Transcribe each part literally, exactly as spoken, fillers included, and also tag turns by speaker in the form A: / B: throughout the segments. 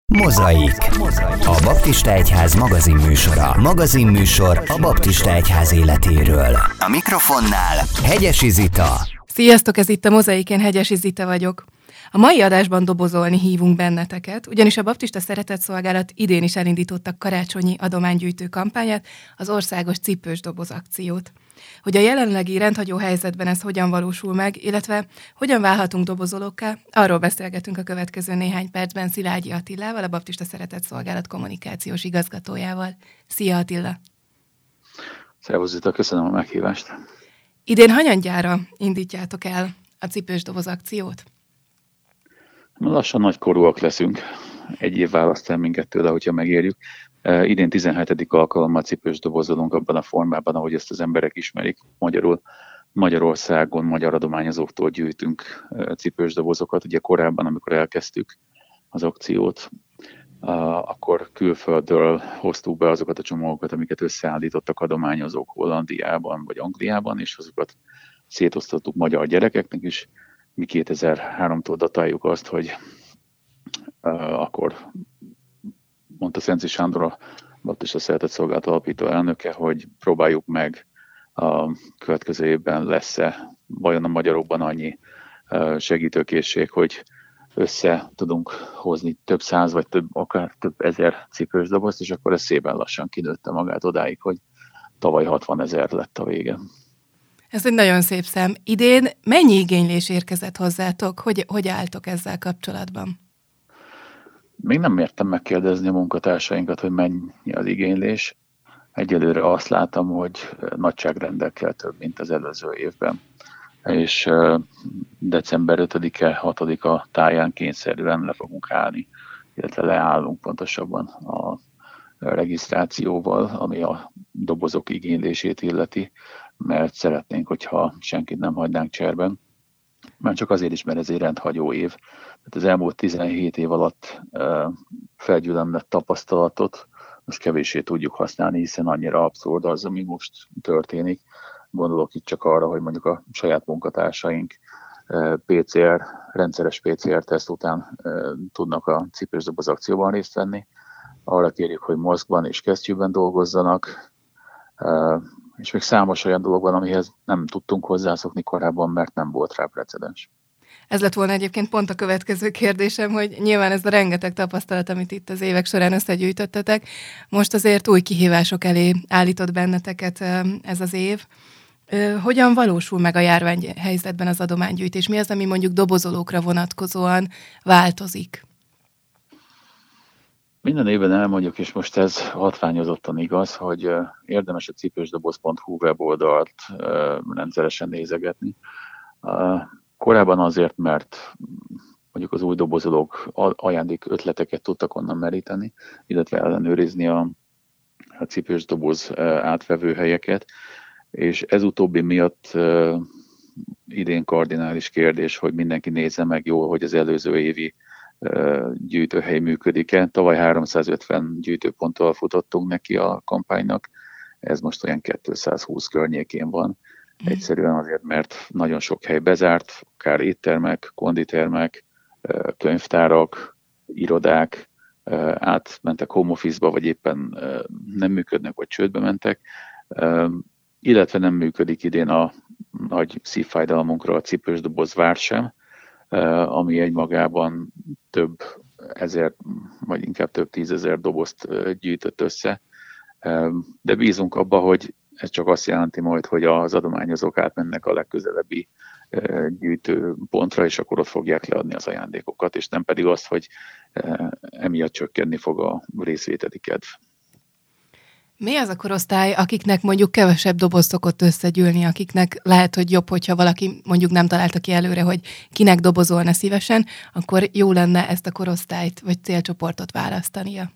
A: Mozaik. A Baptista Egyház magazinműsora. Magazinműsor a Baptista Egyház életéről. A mikrofonnál Hegyesi Zita.
B: Sziasztok, ez itt a Mozaik, én Hegyesi Zita vagyok. A mai adásban dobozolni hívunk benneteket, ugyanis a Baptista Szeretetszolgálat idén is elindítottak karácsonyi adománygyűjtő kampányát, az országos cipős doboz akciót. Hogy a jelenlegi rendhagyó helyzetben ez hogyan valósul meg, illetve hogyan válhatunk dobozolókká, arról beszélgetünk a következő néhány percben Szilágyi Attilával, a Baptista Szeretetszolgálat kommunikációs igazgatójával. Szia Attila!
C: Szervusz Zita, köszönöm a meghívást!
B: Idén hanyadjára indítjátok el a cipős doboz akciót?
C: Lassan nagykorúak leszünk. Egy év választ el minket tőle, hogyha megérjük. Uh, idén tizenhetedik alkalommal cipős dobozolunk abban a formában, ahogy ezt az emberek ismerik. Magyarul Magyarországon magyar adományozóktól gyűjtünk uh, cipős dobozokat. Ugye korábban, amikor elkezdtük az akciót, uh, akkor külföldről hoztuk be azokat a csomókat, amiket összeállítottak adományozók Hollandiában vagy Angliában, és azokat szétosztottuk magyar gyerekeknek is. Mi kétezer-háromtól datáljuk azt, hogy uh, akkor mondta Szenci Sándor, a Baptista Szeretetszolgálat alapító elnöke, hogy próbáljuk meg a következő évben lesz-e vajon a magyarokban annyi uh, segítőkészség, hogy össze tudunk hozni több száz vagy több, akár több ezer cipős dobozt, és akkor ez szépen lassan kinőtte magát odáig, hogy tavaly hatvanezer lett a vége.
B: Ez egy nagyon szép szám. Idén mennyi igénylés érkezett hozzátok? Hogy, hogy álltok ezzel kapcsolatban?
C: Még nem értem megkérdezni a munkatársainkat, hogy mennyi az igénylés. Egyelőre azt látom, hogy nagyságrendekkel több, mint az előző évben. És december ötödike, hatodika táján kényszerűen le fogunk állni, illetve leállunk pontosabban a regisztrációval, ami a dobozok igénylését illeti, mert szeretnénk, hogyha senkit nem hagynánk cserben. Már csak azért is, mert ez egy rendhagyó év. Tehát az elmúlt tizenhét év alatt felgyülemlett tapasztalatot most kevéssé tudjuk használni, hiszen annyira abszurd az, ami most történik. Gondolok itt csak arra, hogy mondjuk a saját munkatársaink pé cé er, rendszeres pé cé er teszt után tudnak a cipős doboz akcióban részt venni. Arra kérjük, hogy maszkban és kesztyűben dolgozzanak, és még számos olyan dolog van, amihez nem tudtunk hozzászokni korábban, mert nem volt rá precedens.
B: Ez lett volna egyébként pont a következő kérdésem, hogy nyilván ez a rengeteg tapasztalat, amit itt az évek során összegyűjtöttetek, most azért új kihívások elé állított benneteket ez az év. Hogyan valósul meg a járványhelyzetben az adománygyűjtés? Mi az, ami mondjuk dobozolókra vonatkozóan változik?
C: Minden évben elmondjuk, és most ez hatványozottan igaz, hogy érdemes a cipősdoboz pont hú weboldalt rendszeresen nézegetni. Korábban azért, mert mondjuk az új dobozolók ajándék ötleteket tudtak onnan meríteni, illetve ellenőrizni a, a cipős doboz átvevő helyeket, és ez utóbbi miatt idén kardinális kérdés, hogy mindenki nézze meg jól, hogy az előző évi gyűjtőhely működik-e. Tavaly háromszázötven gyűjtőponttal futottunk neki a kampánynak, ez most olyan kétszázhúsz környékén van. Egyszerűen azért, mert nagyon sok hely bezárt, akár éttermek, konditermek, könyvtárak, irodák átmentek home office-ba, vagy éppen nem működnek, vagy csődbe mentek, illetve nem működik idén a nagy szívfájdalmunkra a cipős doboz vár sem, ami egymagában több ezer, vagy inkább több tízezer dobozt gyűjtött össze. De bízunk abba, hogy ez csak azt jelenti majd, hogy az adományozók átmennek a legközelebbi gyűjtőpontra, és akkor ott fogják leadni az ajándékokat, és nem pedig azt, hogy emiatt csökkenni fog a részvételi kedv.
B: Mi az a korosztály, akiknek mondjuk kevesebb doboz szokott összegyűlni, akiknek lehet, hogy jobb, hogyha valaki mondjuk nem találta ki előre, hogy kinek dobozolna szívesen, akkor jó lenne ezt a korosztályt vagy célcsoportot választania?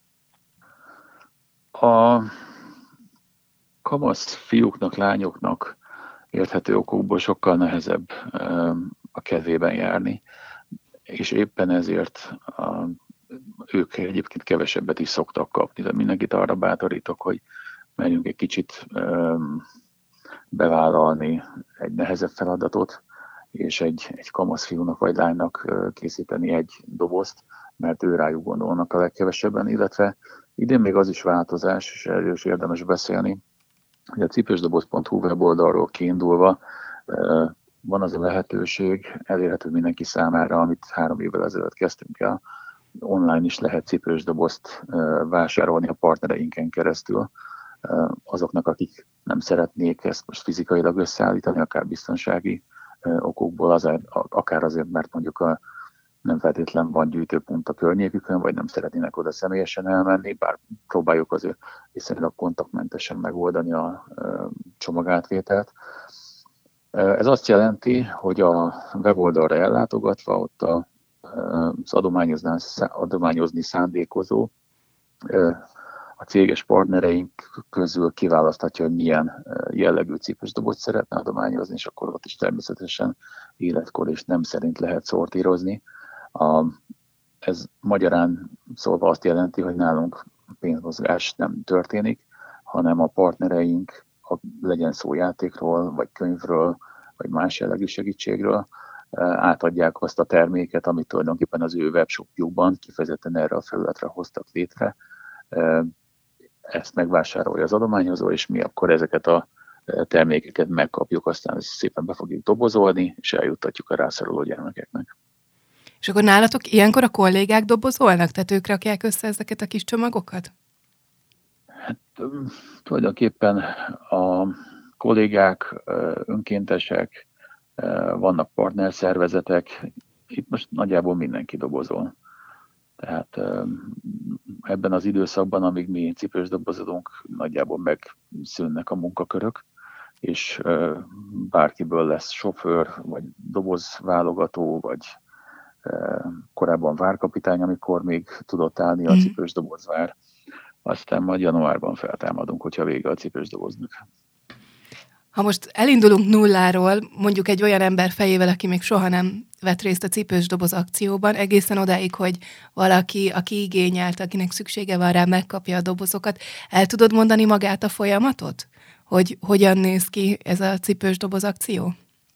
C: A kamasz fiúknak, lányoknak érthető okokból sokkal nehezebb a kedvében járni, és éppen ezért a ők egyébként kevesebbet is szoktak kapni, de mindenkit arra bátorítok, hogy merjünk egy kicsit um, bevállalni egy nehezebb feladatot, és egy, egy kamasz fiúnak vagy lánynak készíteni egy dobozt, mert ő rájuk gondolnak a legkevesebben, illetve idén még az is változás, és erről is érdemes beszélni, hogy a cipősdoboz pont hu weboldalról kiindulva van az a lehetőség, elérhető mindenki számára, amit három évvel ezelőtt kezdtünk el, online is lehet cipősdobozt vásárolni a partnereinken keresztül, azoknak, akik nem szeretnék ezt most fizikailag összeállítani, akár biztonsági okokból, azért, akár azért, mert mondjuk a, nem feltétlen van gyűjtőpont a környékükön, vagy nem szeretnének oda személyesen elmenni, bár próbáljuk azért viszonylag kontaktmentesen megoldani a csomagátvételt. Ez azt jelenti, hogy a weboldalra ellátogatva ott a, az adományozni szándékozó a céges partnereink közül kiválaszthatja, hogy milyen jellegű cipősdobozt szeretne adományozni, és akkor ott is természetesen életkor és nem szerint lehet szortírozni. A, ez magyarán szólva azt jelenti, hogy nálunk pénzmozgás nem történik, hanem a partnereink, a, legyen szó játékról, vagy könyvről, vagy más jellegű segítségről, átadják azt a terméket, amit tulajdonképpen az ő webshopjukban kifejezetten erre a felületre hoztak létre. Ezt megvásárolja az adományozó, és mi akkor ezeket a termékeket megkapjuk, aztán szépen be fogjuk dobozolni, és eljuttatjuk a rászoruló gyermekeknek.
B: És akkor nálatok ilyenkor a kollégák dobozolnak? Tehát ők rakják össze ezeket a kis csomagokat?
C: Hát tulajdonképpen a kollégák, önkéntesek, vannak partnerszervezetek, itt most nagyjából mindenki dobozol. Tehát ebben az időszakban, amíg mi cipős dobozolunk, nagyjából megszűnnek a munkakörök, és bárkiből lesz sofőr, vagy dobozválogató, vagy korábban várkapitány, amikor még tudott állni a cipős dobozvár. Aztán majd januárban feltámadunk, hogyha vége a cipős doboznak.
B: Ha most elindulunk nulláról, mondjuk egy olyan ember fejével, aki még soha nem vett részt a cipős doboz akcióban, egészen odáig, hogy valaki, aki igényelt, akinek szüksége van rá, megkapja a dobozokat, el tudod mondani magát a folyamatot? Hogy hogyan néz ki ez a cipős doboz akció?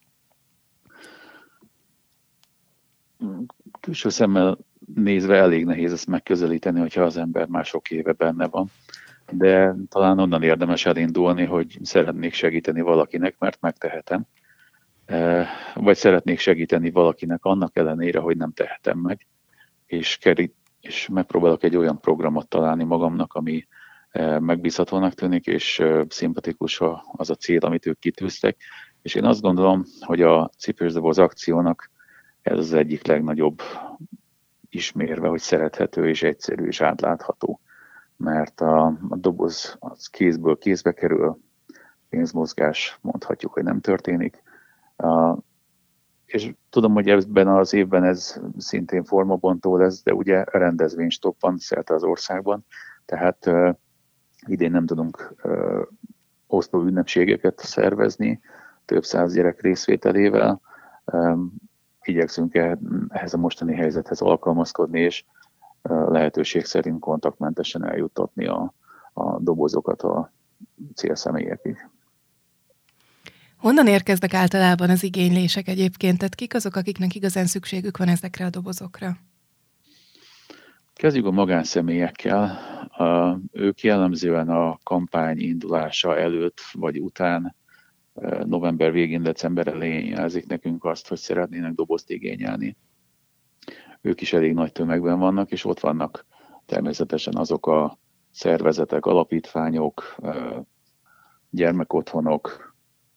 C: Külső szemmel nézve elég nehéz ezt megközelíteni, hogyha az ember már sok éve benne van. De talán onnan érdemes elindulni, hogy szeretnék segíteni valakinek, mert megtehetem. Vagy szeretnék segíteni valakinek annak ellenére, hogy nem tehetem meg, és, kerít, és megpróbálok egy olyan programot találni magamnak, ami megbízhatónak tűnik, és szimpatikus az a cél, amit ők kitűztek. És én azt gondolom, hogy a cipős doboz akciónak ez az egyik legnagyobb ismérve, hogy szerethető és egyszerű és átlátható. Mert a, a doboz az kézből kézbe kerül, pénzmozgás mondhatjuk, hogy nem történik. Uh, és tudom, hogy ebben az évben ez szintén formabontó lesz, de ugye rendezvénystopp van szerte az országban, tehát uh, idén nem tudunk uh, oszló ünnepségeket szervezni, több száz gyerek részvételével. Um, igyekszünk ehhez a mostani helyzethez alkalmazkodni, és lehetőség szerint kontaktmentesen eljuttatni a, a dobozokat a célszemélyekig.
B: Honnan érkeznek általában az igénylések egyébként? Tehát kik azok, akiknek igazán szükségük van ezekre a dobozokra?
C: Kezdjük a magánszemélyekkel. Ők jellemzően a kampány indulása előtt vagy után, november végén, december elején jelzik nekünk azt, hogy szeretnének dobozt igényelni. Ők is elég nagy tömegben vannak, és ott vannak természetesen azok a szervezetek, alapítványok, gyermekotthonok,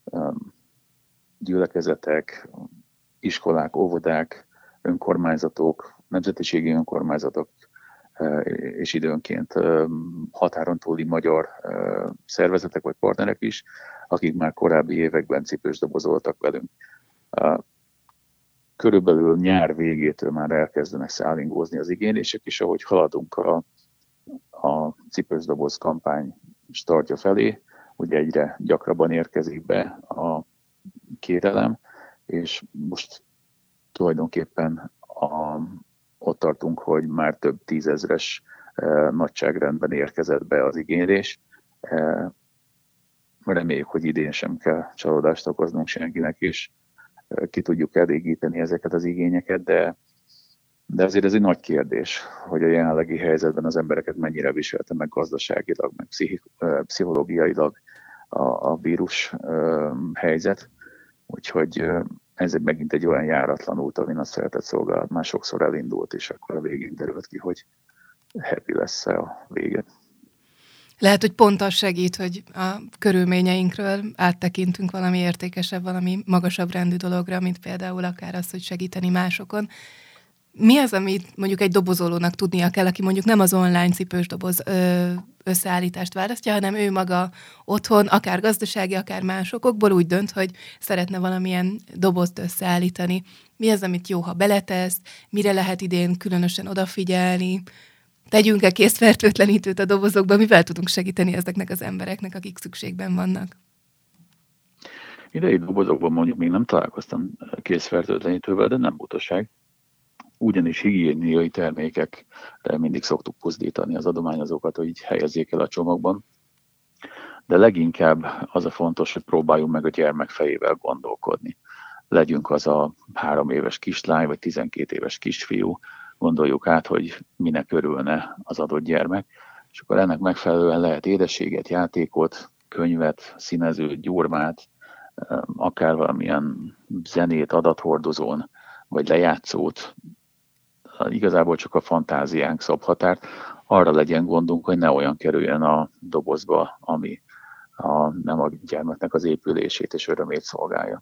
C: gyülekezetek, iskolák, óvodák, önkormányzatok, nemzetiségi önkormányzatok, és időnként határon túli magyar szervezetek vagy partnerek is, akik már korábbi években cipős dobozoltak velünk. Körülbelül nyár végétől már elkezdenek szállingózni az igénylések, és ahogy haladunk a, a cipős doboz kampány startja felé, ugye egyre gyakrabban érkezik be a kérelem, és most tulajdonképpen a, ott tartunk, hogy már több tízezres e, nagyságrendben érkezett be az igénylés. E, reméljük, hogy idén sem kell csalódást okoznunk senkinek, és ki tudjuk elégíteni ezeket az igényeket, de De azért ez egy nagy kérdés, hogy a jelenlegi helyzetben az embereket mennyire viselte meg gazdaságilag, meg pszichik, pszichológiailag a, a vírus helyzet. Úgyhogy ez megint egy olyan járatlan út, amin a szeretett szolgálat már sokszor elindult, és akkor a végén derült ki, hogy happy lesz a vége.
B: Lehet, hogy pont az segít, hogy a körülményeinkről áttekintünk valami értékesebb, valami magasabb rendű dologra, mint például akár az, hogy segíteni másokon. Mi az, amit mondjuk egy dobozolónak tudnia kell, aki mondjuk nem az online cipős doboz ö, összeállítást választja, hanem ő maga otthon, akár gazdasági, akár más okokból úgy dönt, hogy szeretne valamilyen dobozt összeállítani. Mi az, amit jó, ha beletesz, mire lehet idén különösen odafigyelni, tegyünk-e készfertőtlenítőt a dobozokba, mivel tudunk segíteni ezeknek az embereknek, akik szükségben vannak?
C: Idei dobozokban mondjuk még nem találkoztam készfertőtlenítővel, de nem butaság. Ugyanis higiéniai termékekre mindig szoktuk puzdítani az adományozókat, hogy így helyezzék el a csomagban. De leginkább az a fontos, hogy próbáljunk meg a gyermek fejével gondolkodni. Legyünk az a három éves kislány, vagy tizenkét éves kisfiú, gondoljuk át, hogy minek örülne az adott gyermek, és akkor ennek megfelelően lehet édességet, játékot, könyvet, színezőt, gyurmát, akár valamilyen zenét adathordozón, vagy lejátszót, igazából csak a fantáziánk szab határt, arra legyen gondunk, hogy ne olyan kerüljön a dobozba, ami a, nem a gyermeknek az épülését és örömét szolgálja.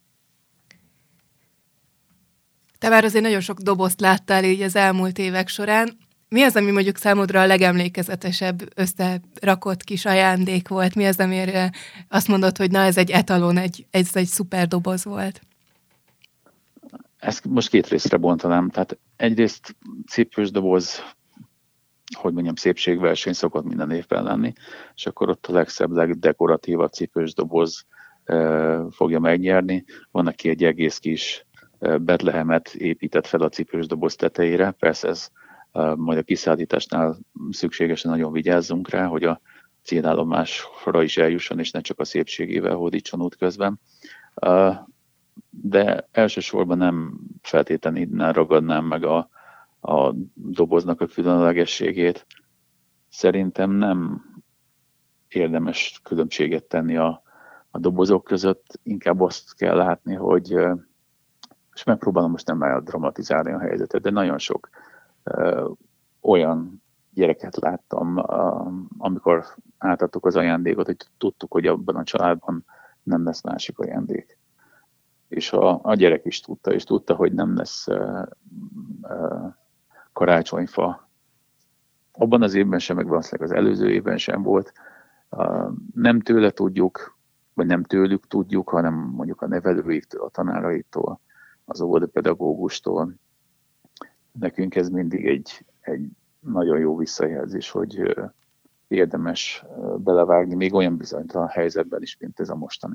B: Te már azért nagyon sok dobozt láttál így az elmúlt évek során. Mi az, ami mondjuk számodra a legemlékezetesebb összerakott kis ajándék volt? Mi az, amire azt mondod, hogy na ez egy etalon, egy, ez egy szuper doboz volt?
C: Ezt most két részre bontanám. Tehát egyrészt cipős doboz, hogy mondjam, szépségverseny szokott minden évben lenni, és akkor ott a legszebb, legdekoratívabb cipős doboz e, fogja megnyerni. Van, aki egy egész kis Betlehemet épített fel a cipős doboz tetejére. Persze ez e, majd a kiszállításnál szükségesen nagyon vigyázzunk rá, hogy a célállomásra is eljusson, és ne csak a szépségével hódítson útközben. E, de elsősorban nem feltétlenül innen ragadnám meg a, a doboznak a különlegességét. Szerintem nem érdemes különbséget tenni a, a dobozok között, inkább azt kell látni, hogy, és megpróbálom most nem eldramatizálni a helyzetet, de nagyon sok ö, olyan gyereket láttam, ö, amikor átadtuk az ajándékot, hogy tudtuk, hogy abban a családban nem lesz másik ajándék. És a, a gyerek is tudta, és tudta, hogy nem lesz uh, uh, karácsonyfa. Abban az évben sem, meg valószínűleg az előző évben sem volt. Uh, nem tőle tudjuk, vagy nem tőlük tudjuk, hanem mondjuk a nevelőiktől, a tanáraiktól, az óvodapedagógustól. Nekünk ez mindig egy, egy nagyon jó visszajelzés, hogy uh, érdemes uh, belevágni, még olyan bizonytalan helyzetben is, mint ez a mostani.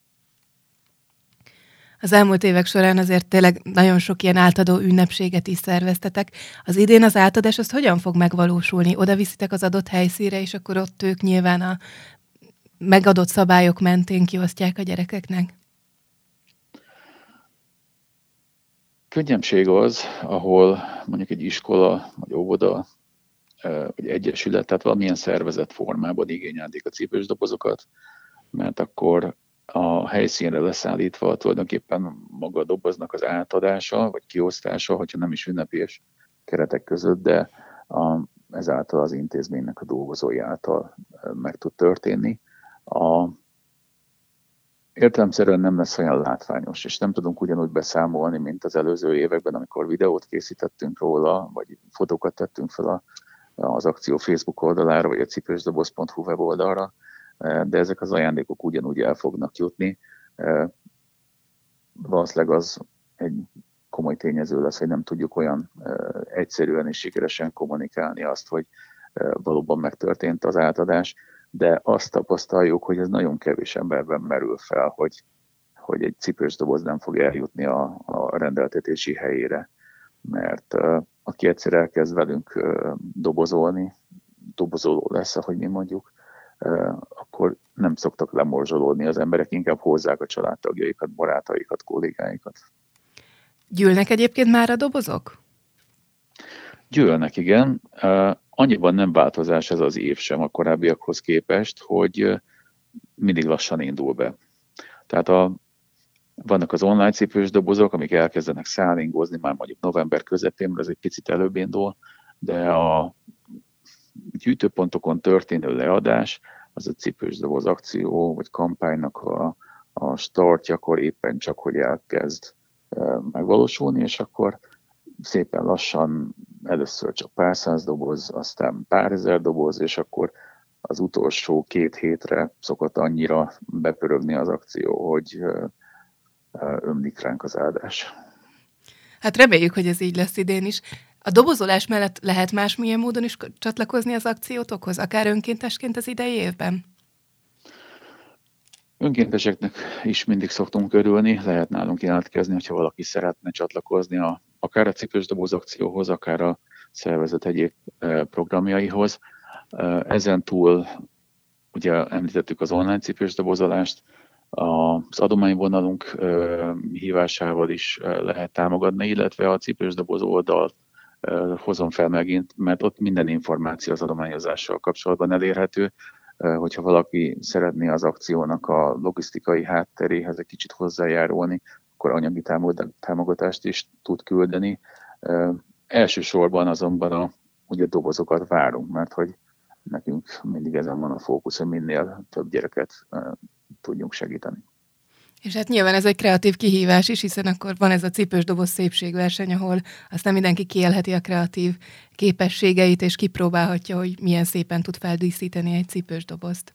B: Az elmúlt évek során azért tényleg nagyon sok ilyen átadó ünnepséget is szerveztetek. Az idén az átadás az hogyan fog megvalósulni? Oda viszitek az adott helyszínre, és akkor ott ők nyilván a megadott szabályok mentén kiosztják a gyerekeknek?
C: Könnyebbség az, ahol mondjuk egy iskola, vagy óvoda, vagy egyesület, tehát valamilyen szervezett formában igényelték a cipős dobozokat, mert akkor a helyszínre leszállítva tulajdonképpen maga a doboznak az átadása, vagy kiosztása, hogyha nem is ünnepés keretek között, de a, ezáltal az intézménynek a dolgozói által meg tud történni. A, értelemszerűen nem lesz olyan látványos, és nem tudunk ugyanúgy beszámolni, mint az előző években, amikor videót készítettünk róla, vagy fotókat tettünk fel a, az akció Facebook oldalára, vagy a cipősdoboz pont hu weboldalra, de ezek az ajándékok ugyanúgy el fognak jutni. Valószínűleg az egy komoly tényező lesz, hogy nem tudjuk olyan egyszerűen és sikeresen kommunikálni azt, hogy valóban megtörtént az átadás, de azt tapasztaljuk, hogy ez nagyon kevés emberben merül fel, hogy, hogy egy cipős doboz nem fog eljutni a, a rendeltetési helyére, mert aki egyszer elkezd velünk dobozolni, dobozoló lesz, ahogy mi mondjuk, akkor nem szoktak lemorzsolódni az emberek, inkább hozzák a családtagjaikat, barátaikat, kollégáikat.
B: Gyűlnek egyébként már a dobozok?
C: Gyűlnek, igen. Annyiban nem változás ez az év sem a korábbiakhoz képest, hogy mindig lassan indul be. Tehát a, vannak az online cipős dobozok, amik elkezdenek szállingozni, már mondjuk november közepén, mert ez egy picit előbb indul, de a gyűjtőpontokon történő leadás, az a cipős doboz akció, vagy kampánynak a, a startjakor éppen csak, hogy elkezd megvalósulni, és akkor szépen lassan először csak pár száz doboz, aztán pár ezer doboz, és akkor az utolsó két hétre szokott annyira bepörögni az akció, hogy ömlik ránk az áldás.
B: Hát reméljük, hogy ez így lesz idén is. A dobozolás mellett lehet másmilyen módon is csatlakozni az akciótokhoz, akár önkéntesként az idei évben?
C: Önkénteseknek is mindig szoktunk örülni, lehet nálunk jelentkezni, hogyha valaki szeretne csatlakozni a, akár a cipős doboz akcióhoz, akár a szervezet egyéb programjaihoz. Ezen túl ugye említettük az online cipős dobozolást, az adományvonalunk hívásával is lehet támogatni, illetve a cipős doboz oldalt hozom fel megint, mert ott minden információ az adományozással kapcsolatban elérhető. Hogyha valaki szeretné az akciónak a logisztikai hátteréhez egy kicsit hozzájárulni, akkor anyagi támogatást is tud küldeni. Elsősorban azonban a, ugye dobozokat várunk, mert hogy nekünk mindig ezen van a fókusz, hogy minél több gyereket tudjunk segíteni.
B: És hát nyilván ez egy kreatív kihívás is, hiszen akkor van ez a cipős doboz szépségverseny, ahol aztán mindenki kiélheti a kreatív képességeit, és kipróbálhatja, hogy milyen szépen tud feldíszíteni egy cipős dobozt.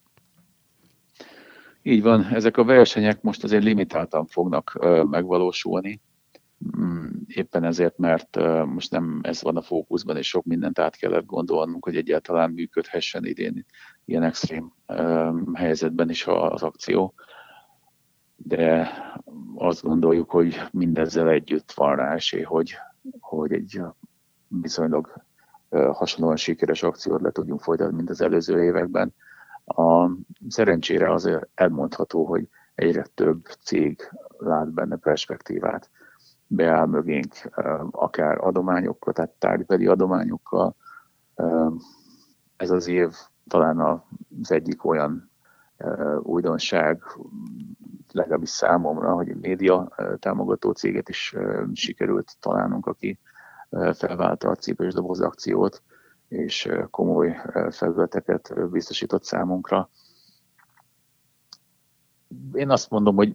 C: Így van, ezek a versenyek most azért limitáltan fognak uh, megvalósulni. Éppen ezért, mert uh, most nem ez van a fókuszban, és sok mindent át kellett gondolnunk, hogy egyáltalán működhessen idén ilyen extrém uh, helyzetben is az akció. De azt gondoljuk, hogy mindezzel együtt van rá esély, hogy, hogy egy viszonylag hasonlóan sikeres akciót le tudjunk folytatni, mint az előző években. A szerencsére azért elmondható, hogy egyre több cég lát benne perspektívát, beáll mögénk, akár adományokkal, tehát tárgybeli adományokkal. Ez az év talán az egyik olyan újdonság, legalábbis számomra, hogy egy média támogató céget is sikerült találnunk, aki felválta a cipős doboz akciót, és komoly felületeket biztosított számunkra. Én azt mondom, hogy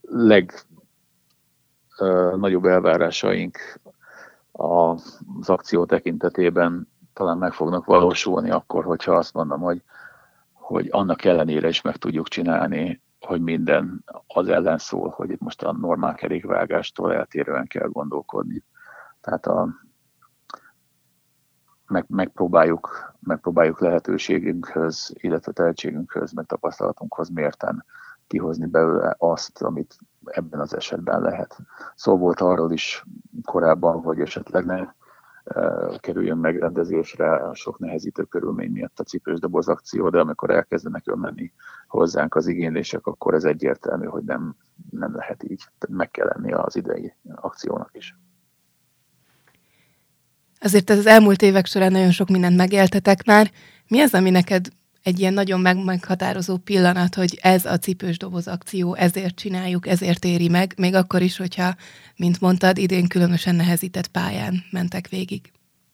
C: legnagyobb elvárásaink az akció tekintetében talán meg fognak valósulni akkor, hogyha azt mondom, hogy, hogy annak ellenére is meg tudjuk csinálni, hogy minden az ellen szól, hogy itt most a normál kerékvágástól eltérően kell gondolkodni. Tehát a, meg, megpróbáljuk, megpróbáljuk lehetőségünkhöz, illetve tehetségünkhöz, meg tapasztalatunkhoz mérten kihozni belőle azt, amit ebben az esetben lehet. Szó volt arról is korábban, hogy esetleg ne kerüljön megrendezésre a sok nehezítő körülmény miatt a cipős doboz akció, de amikor elkezdenek önmenni hozzánk az igénylések, akkor ez egyértelmű, hogy nem, nem lehet így. Meg kell lennie az idei akciónak is.
B: Azért az elmúlt évek során nagyon sok mindent megéltetek már. Mi az, ami neked egy ilyen nagyon meghatározó pillanat, hogy ez a cipős doboz akció, ezért csináljuk, ezért éri meg, még akkor is, hogyha, mint mondtad, idén különösen nehezített pályán mentek végig?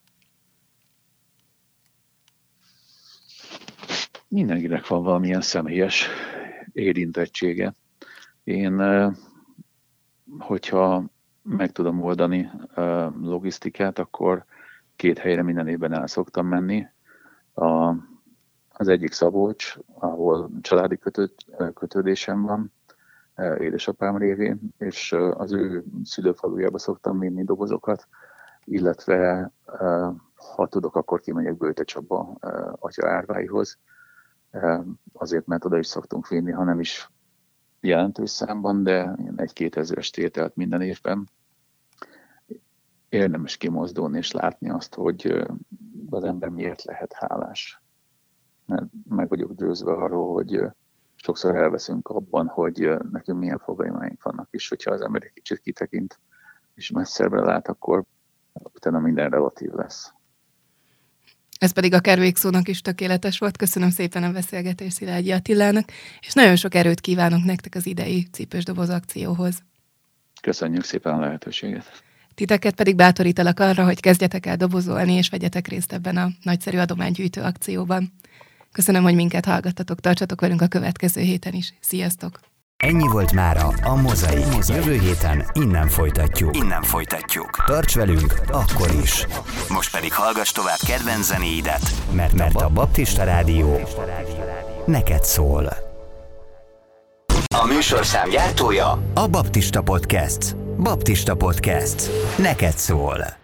C: Mindenkinek van valamilyen személyes érintettsége. Én, hogyha meg tudom oldani logisztikát, akkor két helyre minden évben el szoktam menni. A Az egyik Szabolcs, ahol családi kötőd, kötődésem van, édesapám révén, és az ő szülőfalujába szoktam vinni dobozokat, illetve ha tudok, akkor kimegyek Bőte-Csaba atya árváihoz, azért, mert oda is szoktunk vinni, ha nem is jelentős számban, de egy-két ezeres tételt minden évben. Érdemes kimozdulni és látni azt, hogy az ember miért lehet hálás. Mert meg vagyok győzve arról, hogy sokszor elveszünk abban, hogy nekünk milyen problémáink vannak, és hogyha az ember egy kicsit kitekint és messzebbre lát, akkor utána minden relatív lesz.
B: Ez pedig akár végszónak is tökéletes volt. Köszönöm szépen a beszélgetést Szilágyi Attilának, és nagyon sok erőt kívánok nektek az idei Cipős Doboz akcióhoz.
C: Köszönjük szépen a lehetőséget.
B: Titeket pedig bátorítalak arra, hogy kezdjetek el dobozolni, és vegyetek részt ebben a nagyszerű adománygyűjtő akcióban. Köszönöm, hogy minket hallgattatok, tartsatok velünk a következő héten is. Sziasztok!
A: Ennyi volt mára a Mozaik. Jövő héten innen folytatjuk. Innen folytatjuk. Tarts velünk akkor is. Most pedig hallgass tovább kedvenc zenéidet, mert, mert a Baptista Rádió neked szól. A műsorszám gyártója a Baptista Podcast. Baptista Podcast. Neked szól.